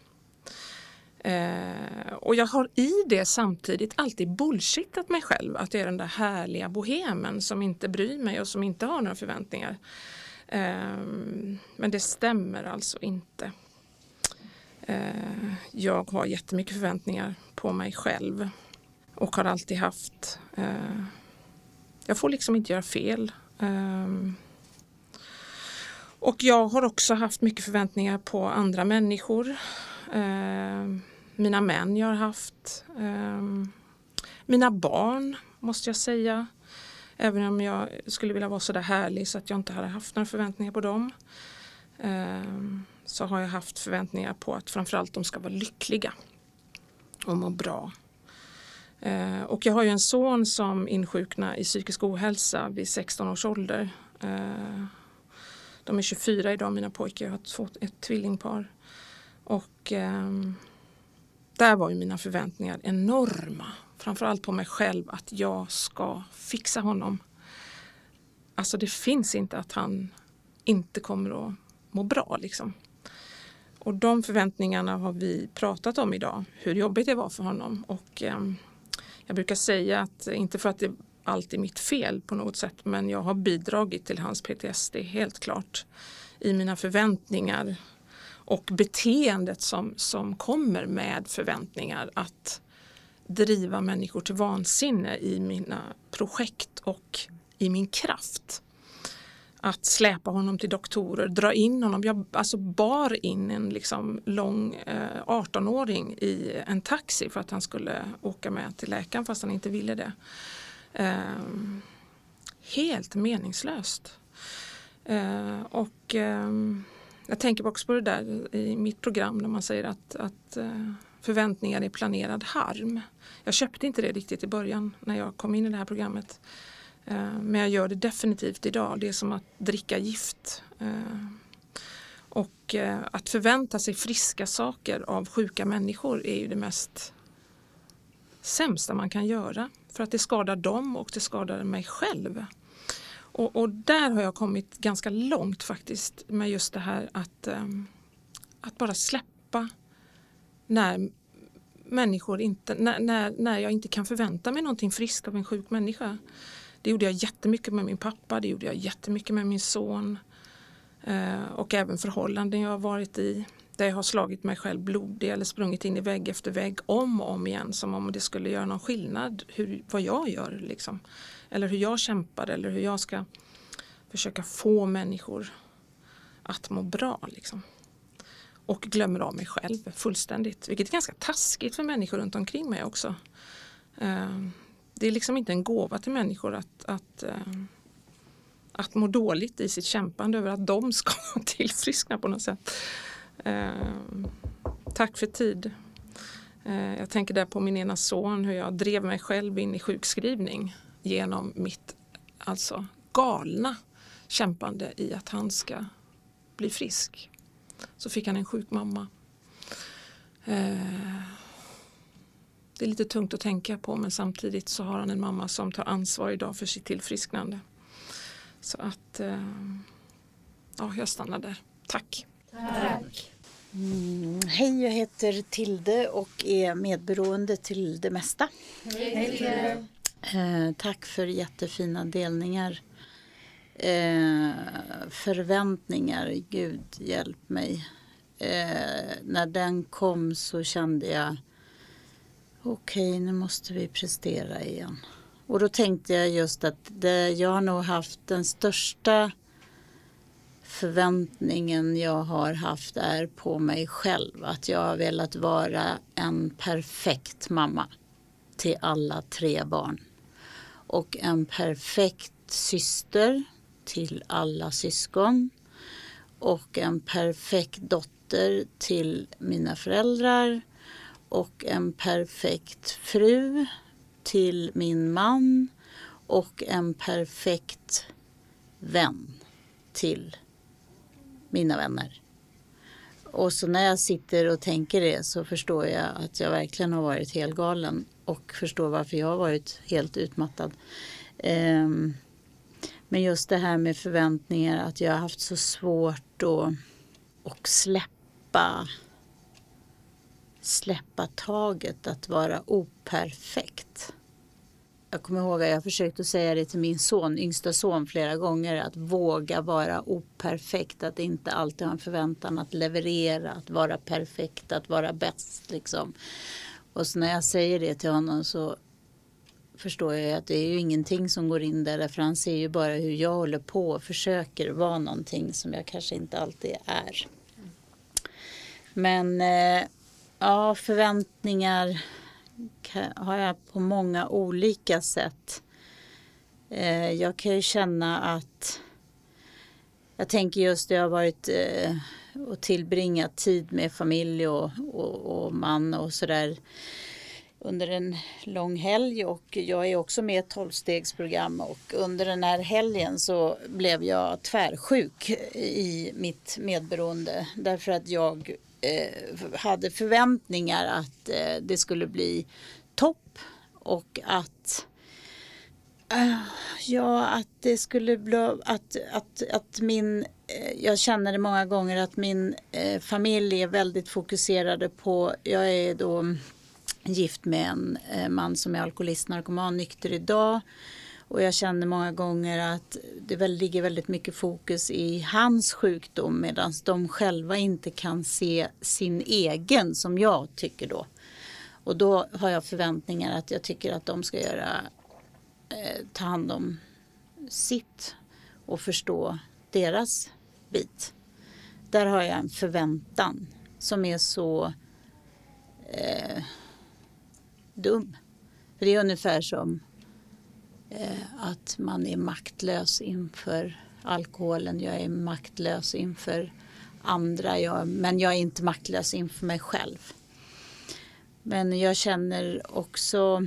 S8: Eh, och jag har i det samtidigt alltid bullshittat mig själv att jag är den där härliga bohemen som inte bryr mig och som inte har några förväntningar. Eh, men det stämmer alltså inte. Eh, jag har jättemycket förväntningar på mig själv och har alltid haft. Eh, jag får liksom inte göra fel. Eh, och jag har också haft mycket förväntningar på andra människor. Eh, mina män jag har haft. Eh, mina barn måste jag säga. Även om jag skulle vilja vara så där härlig så att jag inte hade haft några förväntningar på dem. Eh, så har jag haft förväntningar på att framförallt de ska vara lyckliga och må bra. Eh, och jag har ju en son som insjuknar i psykisk ohälsa vid sexton års ålder. Eh, de är tjugofyra idag, mina pojkar. Jag har två, ett tvillingpar. Och eh, där var ju mina förväntningar enorma. Framförallt på mig själv att jag ska fixa honom. Alltså det finns inte att han inte kommer att må bra liksom. Och de förväntningarna har vi pratat om idag. Hur jobbigt det var för honom. Och eh, jag brukar säga att inte för att det alltid är mitt fel på något sätt. Men jag har bidragit till hans P T S D helt klart. I mina förväntningar. Och beteendet som, som kommer med förväntningar att driva människor till vansinne i mina projekt och i min kraft. Att släpa honom till doktorer, dra in honom. Jag alltså bar in en liksom lång eh, arton-åring i en taxi för att han skulle åka med till läkaren fast han inte ville det. Eh, helt meningslöst. Eh, och... Eh, Jag tänker också på det där i mitt program när man säger att, att förväntningar är planerad harm. Jag köpte inte det riktigt i början när jag kom in i det här programmet. Men jag gör det definitivt idag. Det är som att dricka gift. Och att förvänta sig friska saker av sjuka människor är ju det mest sämsta man kan göra. För att det skadar dem och det skadar mig själv. Och, och där har jag kommit ganska långt faktiskt med just det här att, um, att bara släppa när människor inte, när, när, när jag inte kan förvänta mig någonting friskt av en sjuk människa. Det gjorde jag jättemycket med min pappa, det gjorde jag jättemycket med min son uh, och även förhållanden jag har varit i där jag har slagit mig själv blodig eller sprungit in i vägg efter vägg om och om igen som om det skulle göra någon skillnad hur, vad jag gör liksom. Eller hur jag kämpar eller hur jag ska försöka få människor att må bra liksom. Och glömmer av mig själv fullständigt. Vilket är ganska taskigt för människor runt omkring mig också. Det är liksom inte en gåva till människor att, att, att må dåligt i sitt kämpande över att de ska tillfriskna på något sätt. Tack för tid. Jag tänker där på min ena son hur jag drev mig själv in i sjukskrivning. Genom mitt alltså galna kämpande i att han ska bli frisk. Så fick han en sjuk mamma. Eh, det är lite tungt att tänka på men samtidigt så har han en mamma som tar ansvar idag för sitt tillfrisknande. Så att eh, ja, jag stannar där. Tack.
S2: Tack.
S9: Mm, hej, jag heter Tilde och är medberoende till det mesta.
S2: Hej Tilde.
S9: Eh, tack för jättefina delningar. Eh, förväntningar, Gud hjälp mig. Eh, när den kom så kände jag okej, okay, nu måste vi prestera igen. Och då tänkte jag just att det, jag har nog haft den största förväntningen jag har haft är på mig själv. Att jag har velat vara en perfekt mamma till alla tre barn. Och en perfekt syster till alla syskon. Och en perfekt dotter till mina föräldrar. Och en perfekt fru till min man. Och en perfekt vän till mina vänner. Och så när jag sitter och tänker det så förstår jag att jag verkligen har varit helt galen. Och förstår varför jag har varit helt utmattad. Um, men just det här med förväntningar, att jag har haft så svårt att och släppa släppa taget att vara operfekt. Jag kommer ihåg att jag försökte säga det till min son, yngsta son flera gånger, att våga vara operfekt, att inte alltid ha en förväntan att leverera, att vara perfekt, att vara bäst liksom. Och så när jag säger det till honom så förstår jag att det är ju ingenting som går in där, för han ser ju bara hur jag håller på och försöker vara någonting som jag kanske inte alltid är. Men eh, ja, förväntningar har jag på många olika sätt. Eh, jag kan ju känna att jag tänker just det, jag har varit eh, och tillbringat tid med familj och, och, och man och sådär under en lång helg, och jag är också med i ett tolvstegsprogram, och under den här helgen så blev jag tvärsjuk i mitt medberoende därför att jag eh, hade förväntningar att eh, det skulle bli topp och att uh, ja, att det skulle bli att, att, att min eh, jag känner det många gånger att min eh, familj är väldigt fokuserade på, jag är då gift med en eh, man som är alkoholist, narkoman, nykter idag. Och jag känner många gånger att det väl ligger väldigt mycket fokus i hans sjukdom, medan de själva inte kan se sin egen, som jag tycker då. Och då har jag förväntningar att jag tycker att de ska göra, eh, ta hand om sitt och förstå deras bit. Där har jag en förväntan som är så eh, dum. För det är ungefär som eh, att man är maktlös inför alkoholen. Jag är maktlös inför andra, jag, men jag är inte maktlös inför mig själv. Men jag känner också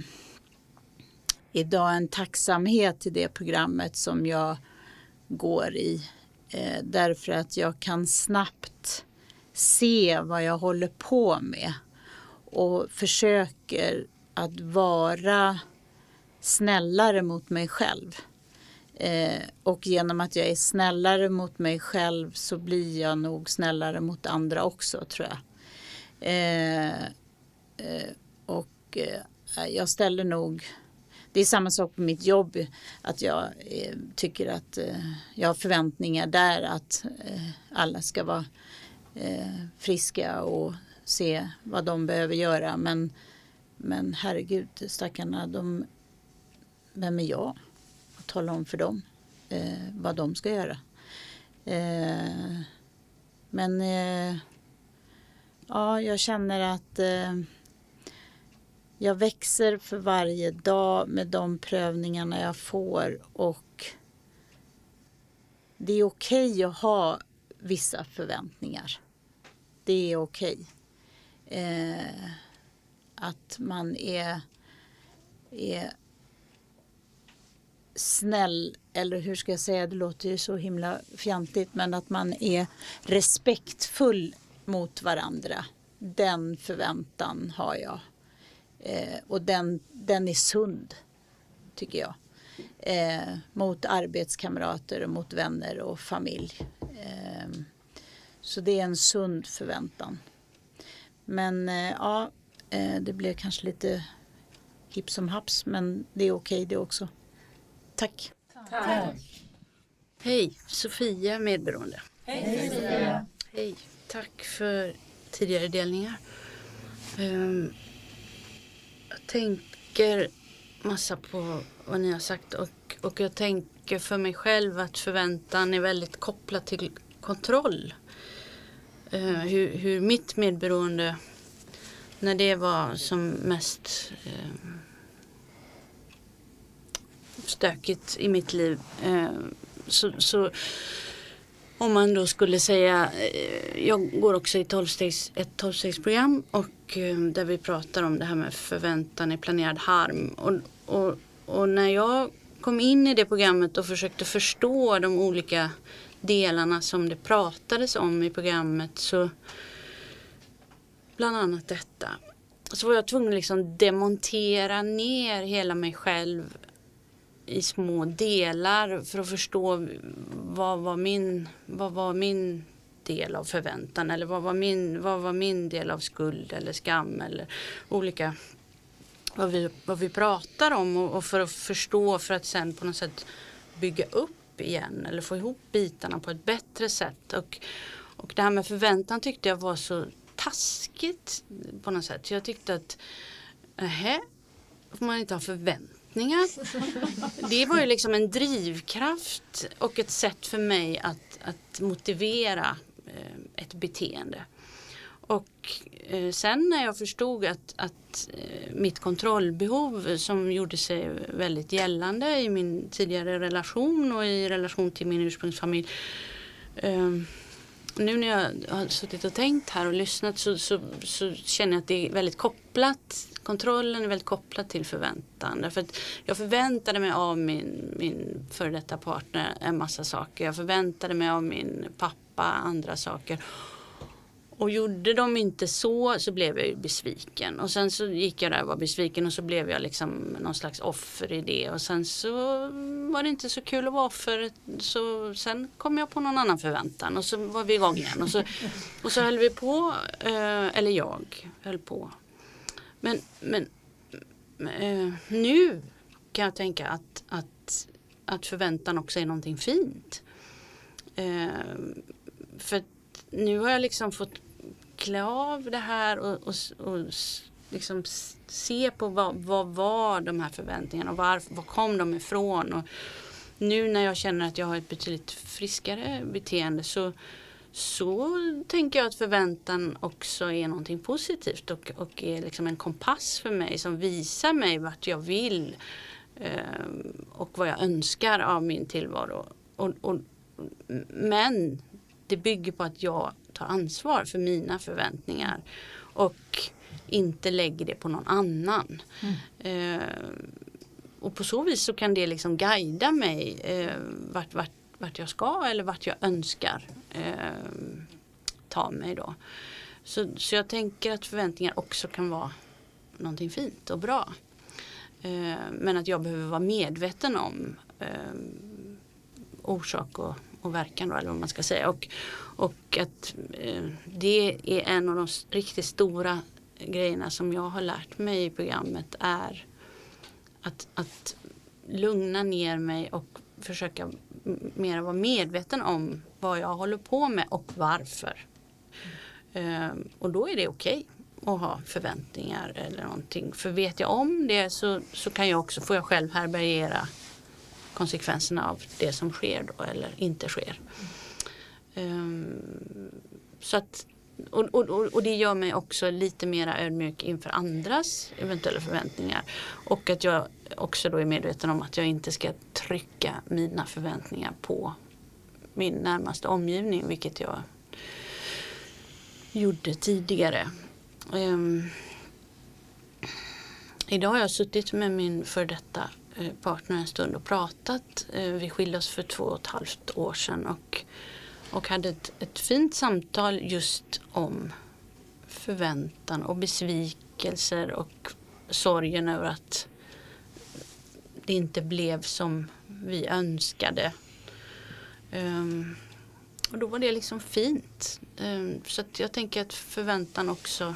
S9: idag en tacksamhet till det programmet som jag går i. Eh, därför att jag kan snabbt se vad jag håller på med. Och försöker att vara snällare mot mig själv. Eh, och genom att jag är snällare mot mig själv så blir jag nog snällare mot andra också, tror jag. Eh, eh, och eh, jag ställer nog... Det är samma sak på mitt jobb. Att jag eh, tycker att eh, jag har förväntningar där att eh, alla ska vara eh, friska och se vad de behöver göra. Men, men herregud, stackarna, de, vem är jag att tala om för dem eh, vad de ska göra? Eh, men eh, ja, jag känner att eh, jag växer för varje dag med de prövningarna jag får, och det är okej att ha vissa förväntningar. Det är okej. Eh, att man är, är snäll, eller hur ska jag säga, det låter ju så himla fjantigt, men att man är respektfull mot varandra. Den förväntan har jag. Eh, och den, den är sund, tycker jag. Eh, mot arbetskamrater och mot vänner och familj. Eh, Så det är en sund förväntan. Men eh, ja, eh, det blev kanske lite hipp som haps, men det är okej det också. Tack.
S2: Tack.
S10: Hej, Sofia medberoende.
S2: Hej Sofia.
S10: Hej, tack för tidigare delningar. Um, jag tänker massa på vad ni har sagt och, och jag tänker för mig själv att förväntan är väldigt kopplad till kontroll. Uh, hur, hur mitt medberoende, när det var som mest uh, stökigt i mitt liv, uh, så, så om man då skulle säga, jag går också i tolvstegs, ett tolvstegsprogram och där vi pratar om det här med förväntan i planerad harm. Och, och, och när jag kom in i det programmet och försökte förstå de olika delarna som det pratades om i programmet, så bland annat detta, så var jag tvungen att liksom demontera ner hela mig själv i små delar för att förstå vad var min, vad var min del av förväntan, eller vad var min, vad var min del av skuld eller skam eller olika, vad vi, vad vi pratar om, och, och för att förstå, för att sen på något sätt bygga upp igen eller få ihop bitarna på ett bättre sätt. Och, och det här med förväntan tyckte jag var så taskigt på något sätt. Jag tyckte att nähä, får man inte ha förväntan. Det var ju liksom en drivkraft och ett sätt för mig att, att motivera eh, ett beteende. Och eh, sen när jag förstod att, att eh, mitt kontrollbehov, som gjorde sig väldigt gällande i min tidigare relation och i relation till min ursprungsfamilj, eh, nu när jag har suttit och tänkt här och lyssnat så, så, så känner jag att det är väldigt kopplat. Kontrollen är väldigt kopplad till förväntan. Därför att jag förväntade mig av min, min före detta partner en massa saker. Jag förväntade mig av min pappa andra saker. Och gjorde de inte så, så blev jag ju besviken. Och sen så gick jag där och var besviken, och så blev jag liksom någon slags offer i det. Och sen så var det inte så kul att vara offer. Så sen kom jag på någon annan förväntan, och så var vi igång igen. Och så, och så höll vi på, eh, eller jag höll på. Men, men eh, nu kan jag tänka att, att, att förväntan också är någonting fint. Eh, för nu har jag liksom fått klä av det här och, och, och liksom se på vad, vad var de här förväntningarna och var, var kom de ifrån. Och nu när jag känner att jag har ett betydligt friskare beteende, så, så tänker jag att förväntan också är någonting positivt och, och är liksom en kompass för mig som visar mig vart jag vill eh, och vad jag önskar av min tillvaro. Och, och, men det bygger på att jag tar ansvar för mina förväntningar och inte lägger det på någon annan. Mm. Eh, och på så vis så kan det liksom guida mig eh, vart, vart, vart jag ska eller vart jag önskar eh, ta mig då. Så, så jag tänker att förväntningar också kan vara någonting fint och bra. Eh, men att jag behöver vara medveten om eh, orsak och och verkan då, eller vad man ska säga. Och, och att eh, det är en av de riktigt stora grejerna som jag har lärt mig i programmet, är att, att lugna ner mig och försöka mer vara medveten om vad jag håller på med och varför. Mm. Eh, och då är det okej att ha förväntningar eller någonting. För vet jag om det så, så kan jag också, får jag själv härbärgera konsekvenserna av det som sker då eller inte sker. Um, så att, och, och, och det gör mig också lite mer ödmjuk inför andras eventuella förväntningar. Och att jag också då är medveten om att jag inte ska trycka mina förväntningar på min närmaste omgivning, vilket jag gjorde tidigare. Um, idag har jag suttit med min för detta partner en stund och pratat. Vi skilde oss för två och ett halvt år sedan och, och hade ett, ett fint samtal just om förväntan och besvikelser och sorgen över att det inte blev som vi önskade. Um, och då var det liksom fint. Um, så att jag tänker att förväntan också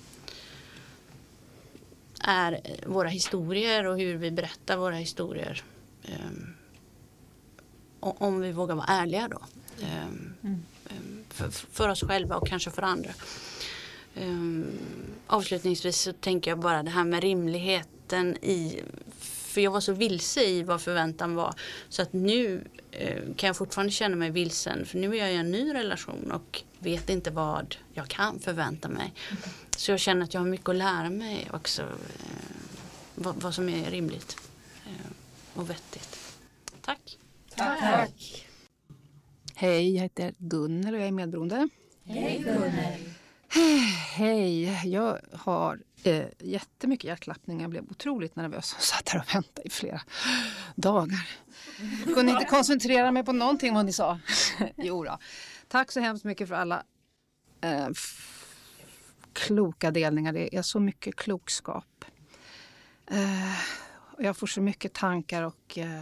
S10: är våra historier och hur vi berättar våra historier. Um, om vi vågar vara ärliga då. Um, mm. för, för oss själva och kanske för andra. Um, avslutningsvis så tänker jag bara det här med rimligheten i, för jag var så vilse i vad förväntan var, så att nu uh, kan jag fortfarande känna mig vilsen, för nu är jag i en ny relation och vet inte vad jag kan förvänta mig. Mm. Så jag känner att jag har mycket att lära mig också, uh, vad, vad som är rimligt uh, och vettigt. Tack!
S2: Tack! Tack.
S11: Hej, jag heter Gunnel och jag är medberoende.
S2: Hej Gunnel!
S11: Hej, jag har eh, jättemycket hjärtklappning. Jag blev otroligt nervös och satt här och väntade i flera dagar. Jag kunde inte koncentrera mig på någonting vad ni sa. Jo då. Tack så hemskt mycket för alla eh, f- kloka delningar. Det är så mycket klokskap. Eh, och jag får så mycket tankar och eh,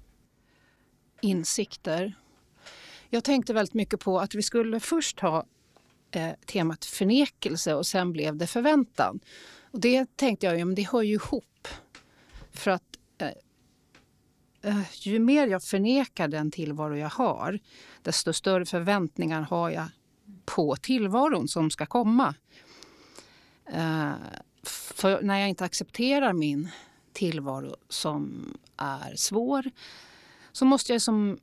S11: insikter. Jag tänkte väldigt mycket på att vi skulle först ha eh, temat förnekelse och sen blev det förväntan. Och det tänkte jag, ja, men det hör ju ihop. För att eh, eh, ju mer jag förnekar den tillvaro jag har, desto större förväntningar har jag på tillvaron som ska komma. Eh, för när jag inte accepterar min tillvaro som är svår, så måste jag som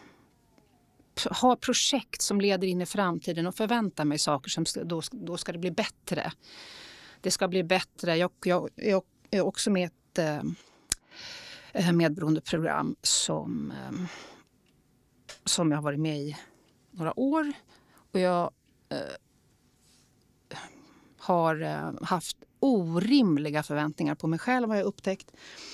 S11: ha projekt som leder in i framtiden och förvänta mig saker som då, då ska det bli bättre. Det ska bli bättre. Jag, jag, jag är också med ett eh, medberoendeprogram som, eh, som jag har varit med i några år. Och jag eh, har eh, haft orimliga förväntningar på mig själv, har jag upptäckt.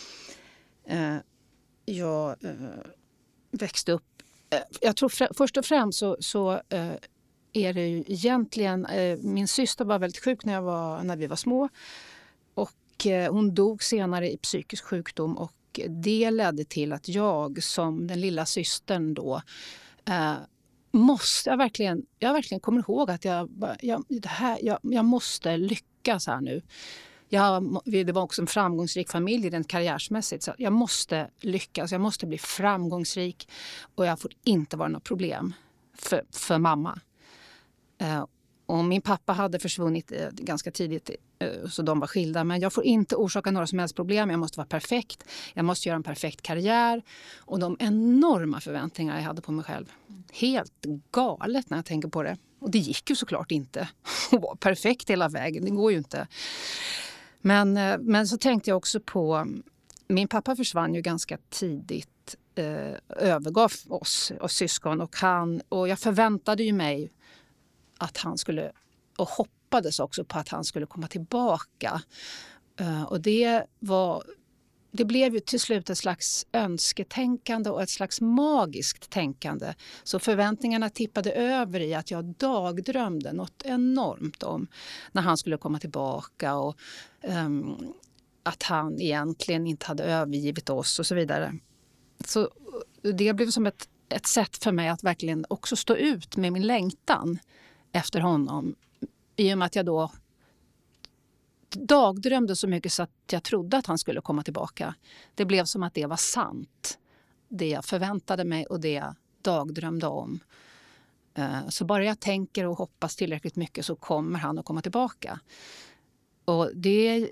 S11: Eh, jag eh, växte upp. Jag tror fr- först och främst så, så eh, är det ju egentligen, eh, min syster var väldigt sjuk när, jag var, när vi var små. Och eh, hon dog senare i psykisk sjukdom, och det ledde till att jag som den lilla systern då eh, måste, jag verkligen, jag verkligen kommer ihåg att jag, jag, det här, jag, jag måste lyckas här nu. Jag, det var också en framgångsrik familj rent karriärsmässigt, så jag måste lyckas, jag måste bli framgångsrik och jag får inte vara något problem för, för mamma. Eh, och min pappa hade försvunnit eh, ganska tidigt, eh, så de var skilda, men jag får inte orsaka några som helst problem, jag måste vara perfekt, jag måste göra en perfekt karriär, och de enorma förväntningar jag hade på mig själv. Helt galet när jag tänker på det. Och det gick ju såklart inte att vara perfekt hela vägen, det går ju inte. Men, men så tänkte jag också på, min pappa försvann ju ganska tidigt, eh, övergav oss och syskon, och, han, och jag förväntade ju mig att han skulle, och hoppades också på att han skulle komma tillbaka. Eh, och det var, det blev ju till slut ett slags önsketänkande och ett slags magiskt tänkande. Så förväntningarna tippade över i att jag dagdrömde något enormt om när han skulle komma tillbaka, och um, att han egentligen inte hade övergivit oss och så vidare. Så det blev som ett, ett sätt för mig att verkligen också stå ut med min längtan efter honom. I och med att jag då dagdrömde så mycket så att jag trodde att han skulle komma tillbaka. Det blev som att det var sant. Det jag förväntade mig och det jag dagdrömde om. Så bara jag tänker och hoppas tillräckligt mycket så kommer han att komma tillbaka. Och det,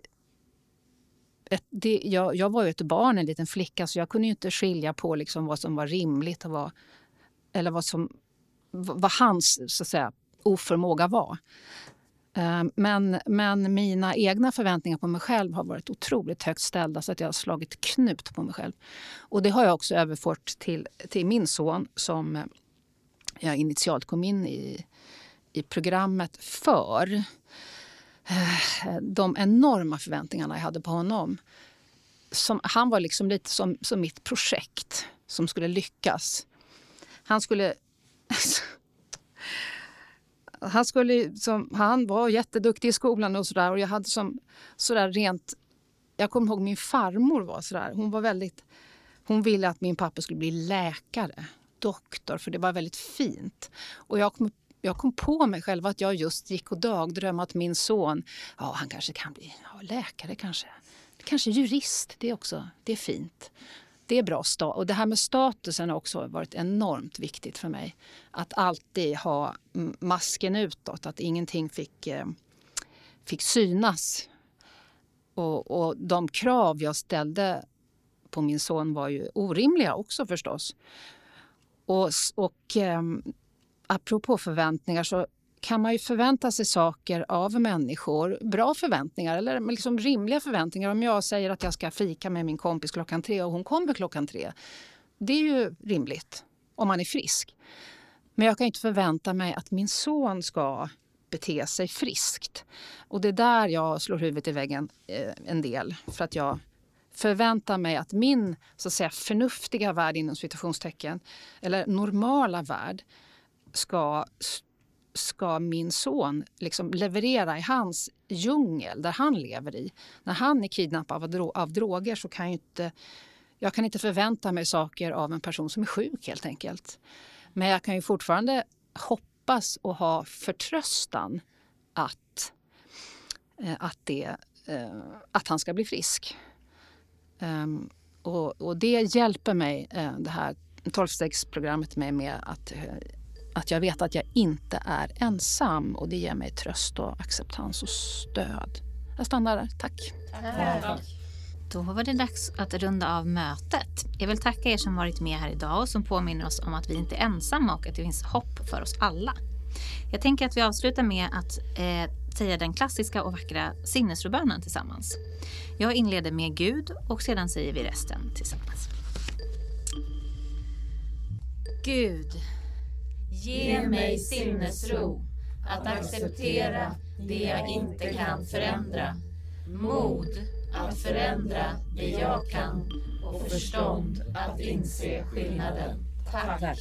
S11: ett, det jag, jag var ju ett barn, en liten flicka, så jag kunde ju inte skilja på liksom vad som var rimligt och vad, eller vad som vad hans, så att säga, oförmåga var. Men, men mina egna förväntningar på mig själv har varit otroligt högt ställda, så att jag har slagit knut på mig själv. Och det har jag också överfört till, till min son, som jag initialt kom in i, i programmet för. De enorma förväntningarna jag hade på honom. Som, han var liksom lite som, som mitt projekt som skulle lyckas. Han skulle... Han, skulle, som, han var jätteduktig i skolan och sådär, och jag hade som sådär rent, jag kommer ihåg min farmor var sådär, hon var väldigt, hon ville att min pappa skulle bli läkare, doktor för det var väldigt fint. Och jag kom, jag kom på mig själv att jag just gick och dagdrömde att min son, ja han kanske kan bli ja, läkare kanske. Kanske jurist, det är också, det är fint. Det är bra sta- och det här med statusen har också varit enormt viktigt för mig. Att alltid ha masken utåt, att ingenting fick, eh, fick synas. Och, och de krav jag ställde på min son var ju orimliga också förstås. Och, och eh, apropå förväntningar så kan man ju förvänta sig saker av människor. Bra förväntningar eller liksom rimliga förväntningar. Om jag säger att jag ska fika med min kompis klockan tre och hon kommer klockan tre. Det är ju rimligt om man är frisk. Men jag kan inte förvänta mig att min son ska bete sig friskt. Och det är där jag slår huvudet i väggen eh, en del. För att jag förväntar mig att min så att säga, förnuftiga värld inom situationstecken eller normala värld ska, ska min son liksom leverera i hans djungel där han lever i. När han är kidnappad av, dro- av droger så kan jag inte, jag kan inte förvänta mig saker av en person som är sjuk helt enkelt. Men jag kan ju fortfarande hoppas och ha förtröstan att, eh, att, det, eh, att han ska bli frisk. Um, och, och det hjälper mig, uh, det här tolvstegsprogrammet mig med att, uh, att jag vet att jag inte är ensam och det ger mig tröst och acceptans och stöd. Jag stannar där. Tack.
S1: Tack. Då var det dags att runda av mötet. Jag vill tacka er som varit med här idag och som påminner oss om att vi inte är ensamma och att det finns hopp för oss alla. Jag tänker att vi avslutar med att eh, säga den klassiska och vackra sinnesrobönen tillsammans. Jag inleder med Gud och sedan säger vi resten tillsammans.
S2: Gud, ge mig sinnesro att acceptera det jag inte kan förändra. Mod att förändra det jag kan och förstånd att inse skillnaden. Tack. Tack.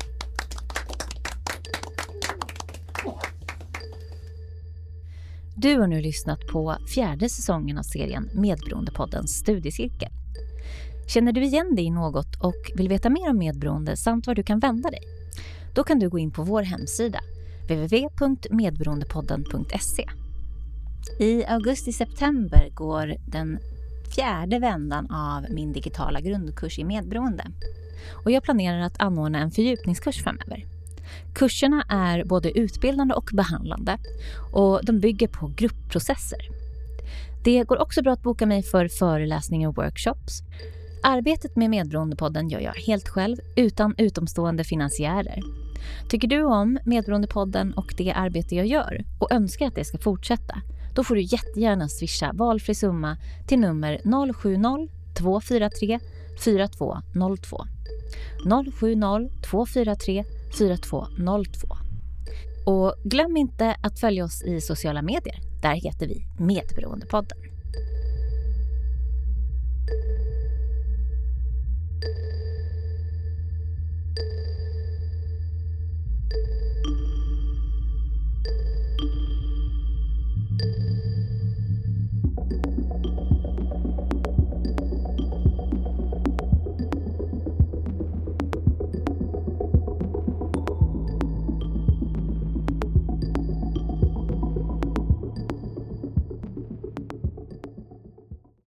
S1: Du har nu lyssnat på fjärde säsongen av serien Medberoendepoddens studiecirkel. Känner du igen dig i något och vill veta mer om medberoende samt var du kan vända dig? Då kan du gå in på vår hemsida w w w punkt medberoendepodden punkt se. I augusti-september går den fjärde vändan av min digitala grundkurs i medberoende. Och jag planerar att anordna en fördjupningskurs framöver. Kurserna är både utbildande och behandlande och de bygger på gruppprocesser. Det går också bra att boka mig för föreläsningar och workshops. Arbetet med Medberoendepodden gör jag helt själv utan utomstående finansiärer. Tycker du om Medberoendepodden och det arbete jag gör och önskar att det ska fortsätta, då får du jättegärna swisha valfri summa till nummer noll sju noll två fyra tre fyra två noll två. noll sju noll två fyra tre fyra två noll två. Och glöm inte att följa oss i sociala medier. Där heter vi Medberoendepodden.